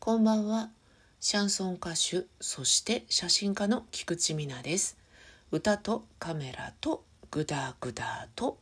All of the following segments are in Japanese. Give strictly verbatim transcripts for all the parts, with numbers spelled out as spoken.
こんばんは。シャンソン歌手、そして写真家の菊池美奈です。歌とカメラとグダグダと。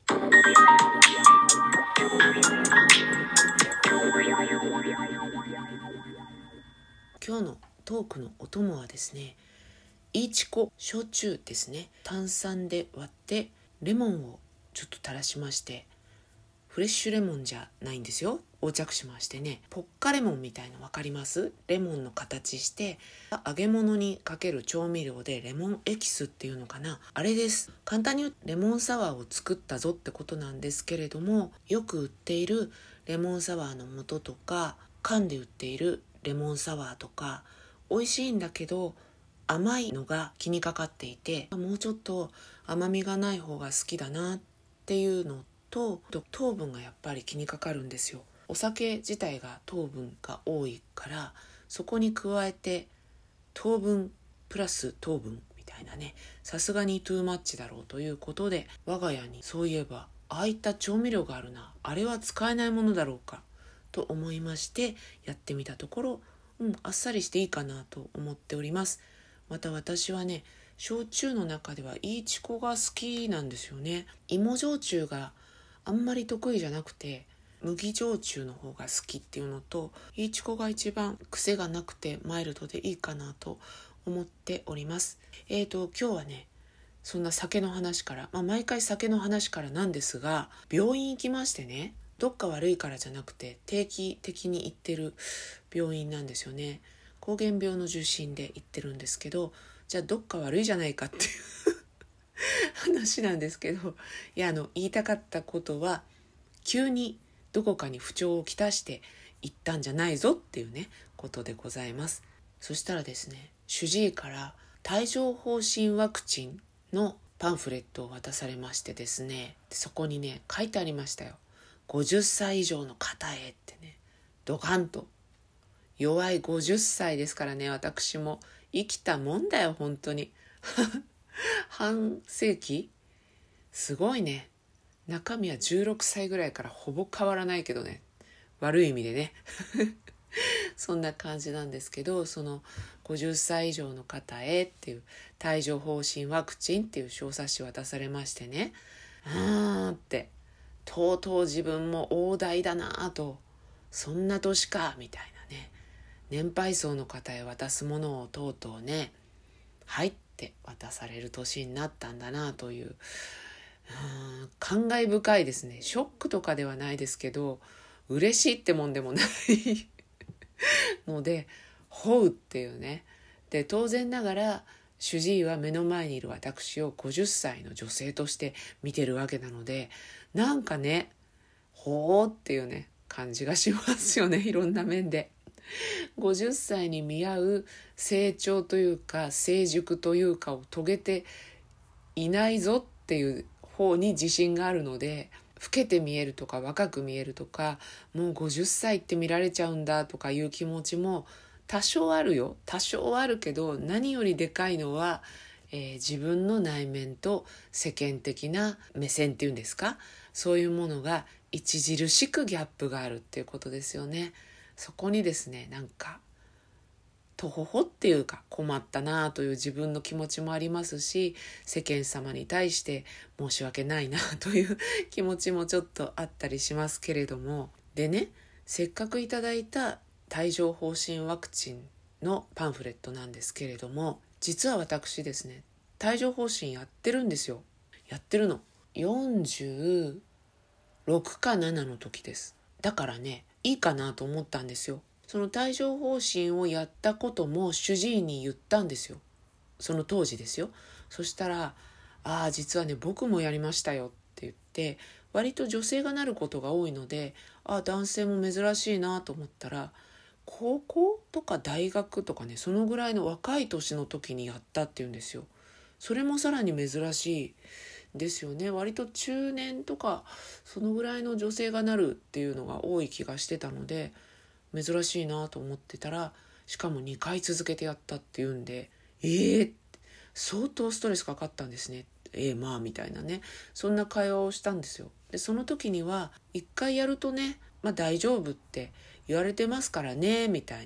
今日のトークのお供はですね、いいちこ焼酎ですね。炭酸で割ってレモンをちょっと垂らしまして、フレッシュレモンじゃないんですよ。横着しましてね、ポッカレモンみたいの分かります？レモンの形して揚げ物にかける調味料でレモンエキスっていうのかな、あれです。簡単に言うとレモンサワーを作ったぞってことなんですけれども、よく売っているレモンサワーの素とか缶で売っているレモンサワーとか美味しいんだけど甘いのが気にかかっていて、もうちょっと甘みがない方が好きだなっていうのと、糖分がやっぱり気にかかるんですよ。お酒自体が糖分が多いから、そこに加えて糖分プラス糖分みたいなね、さすがにトゥーマッチだろうということで、我が家にそういえばああいった調味料があるな、あれは使えないものだろうかと思いましてやってみたところ、うんあっさりしていいかなと思っております。また私はね、焼酎の中ではいいちこが好きなんですよね。芋焼酎があんまり得意じゃなくて、麦焼酎の方が好きっていうのと、いいちこが一番癖がなくてマイルドでいいかなと思っております。えーと今日はね、そんな酒の話から、まあ、毎回酒の話からなんですが、病院行きましてね、どっか悪いからじゃなくて定期的に行ってる病院なんですよね。膠原病の受診で行ってるんですけど、じゃあどっか悪いじゃないかっていう話なんですけど、いやあの言いたかったことは、急にどこかに不調をきたして行ったんじゃないぞっていうねことでございます。そしたらですね、主治医から帯状疱疹ワクチンのパンフレットを渡されましてですね、そこにね書いてありましたよ。ごじゅっさい以上の方へってね、ドカンと。弱いごじゅっさいですからね、私も生きたもんだよ本当に半世紀すごいね。中身はじゅうろくさいぐらいからほぼ変わらないけどね、悪い意味でねそんな感じなんですけど、そのごじゅっさい以上の方へっていう帯状疱疹ワクチンっていう小冊子渡されましてね、あーってとうとう自分も大台だなと、そんな年かみたいなね、年配層の方へ渡すものをとうとうね、はいって渡される年になったんだなという、うーん感慨深いですね。ショックとかではないですけど、嬉しいってもんでもないので、ほうっていうね。で当然ながら主治医は目の前にいる私をごじゅっさいの女性として見てるわけなので、なんかね、ほうっていうね感じがしますよね、いろんな面で。ごじゅっさいに見合う成長というか成熟というかを遂げていないぞっていう方に自信があるので、老けて見えるとか若く見えるとか、もうごじゅっさいって見られちゃうんだとかいう気持ちも多少あるよ。多少あるけど、何よりでかいのは、えー自分の内面と世間的な目線っていうんですか、そういうものが著しくギャップがあるっていうことですよね。そこにですね、なんかとほほっていうか困ったなという自分の気持ちもありますし、世間様に対して申し訳ないなという気持ちもちょっとあったりしますけれども、でね、せっかくいただいた帯状疱疹ワクチンのパンフレットなんですけれども、実は私ですね、帯状疱疹やってるんですよ。やってるのよんじゅうろくかななの時です。だからね、いいかなと思ったんですよ。その帯状疱疹をやったことも主治医に言ったんですよ。その当時ですよ。そしたら、ああ実はね僕もやりましたよって言って、割と女性がなることが多いので、ああ男性も珍しいなと思ったら、高校とか大学とかね、そのぐらいの若い年の時にやったっていうんですよ。それもさらに珍しいですよね。割と中年とかそのぐらいの女性がなるっていうのが多い気がしてたので、珍しいなと思ってたら、しかもにかい続けてやったっていうんで、えー、相当ストレスかかったんですね。えー、まあみたいなね、そんな会話をしたんですよ。でその時には、いっかいやるとね、まあ大丈夫って言われてますからねみたいな、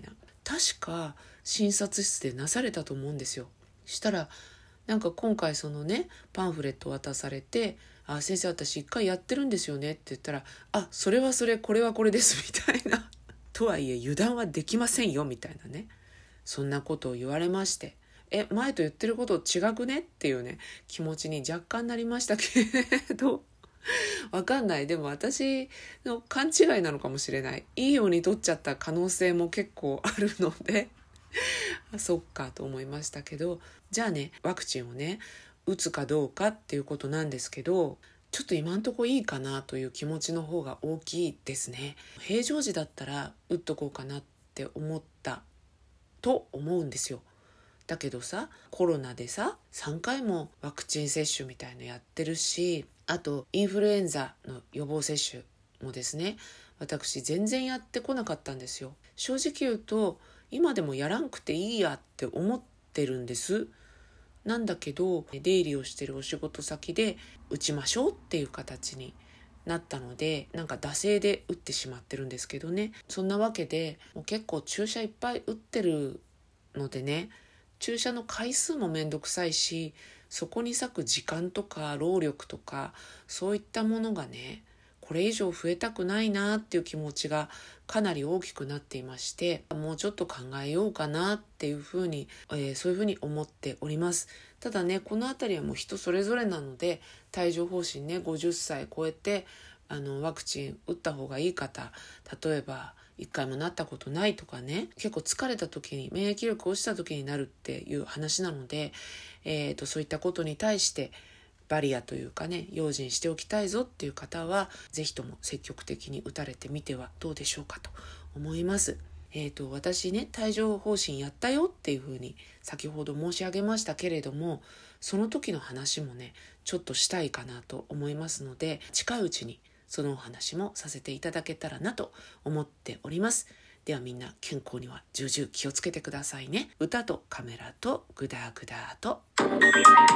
確か診察室でなされたと思うんですよ。したらなんか今回そのねパンフレット渡されて、あ、先生私一回やってるんですよねって言ったら、あ、それはそれ、これはこれですみたいなとはいえ油断はできませんよみたいなね、そんなことを言われまして、え、前と言ってること違くねっていうね気持ちに若干なりましたけれどわかんない。でも私の勘違いなのかもしれない。いいように取っちゃった可能性も結構あるのでそっかと思いましたけど、じゃあねワクチンをね打つかどうかっていうことなんですけど、ちょっと今んとこいいかなという気持ちの方が大きいですね。平常時だったら打っとこうかなって思ったと思うんですよ。だけどさ、コロナでささんかいもワクチン接種みたいのやってるし、あとインフルエンザの予防接種もですね、私全然やってこなかったんですよ。正直言うと今でもやらんくていいやって思ってるんです。なんだけど出入りをしてるお仕事先で打ちましょうっていう形になったので、なんか惰性で打ってしまってるんですけどね。そんなわけでもう結構注射いっぱい打ってるのでね、注射の回数もめんどくさいし、そこに割く時間とか労力とかそういったものがね、これ以上増えたくないなっていう気持ちがかなり大きくなっていまして、もうちょっと考えようかなっていうふうに、えー、そういうふうに思っております。ただね、このあたりはもう人それぞれなので、帯状疱疹ねごじゅっさい超えてあのワクチン打った方がいい方、例えば一回もなったことないとかね、結構疲れた時に免疫力落ちた時になるっていう話なので、えーと、そういったことに対してバリアというかね、用心しておきたいぞっていう方はぜひとも積極的に打たれてみてはどうでしょうかと思います。えーと、私ね帯状疱疹やったよっていうふうに先ほど申し上げましたけれども、その時の話もねちょっとしたいかなと思いますので、近いうちにそのお話もさせていただけたらなと思っております。ではみんな健康には重々気をつけてくださいね。歌とカメラとグダグダと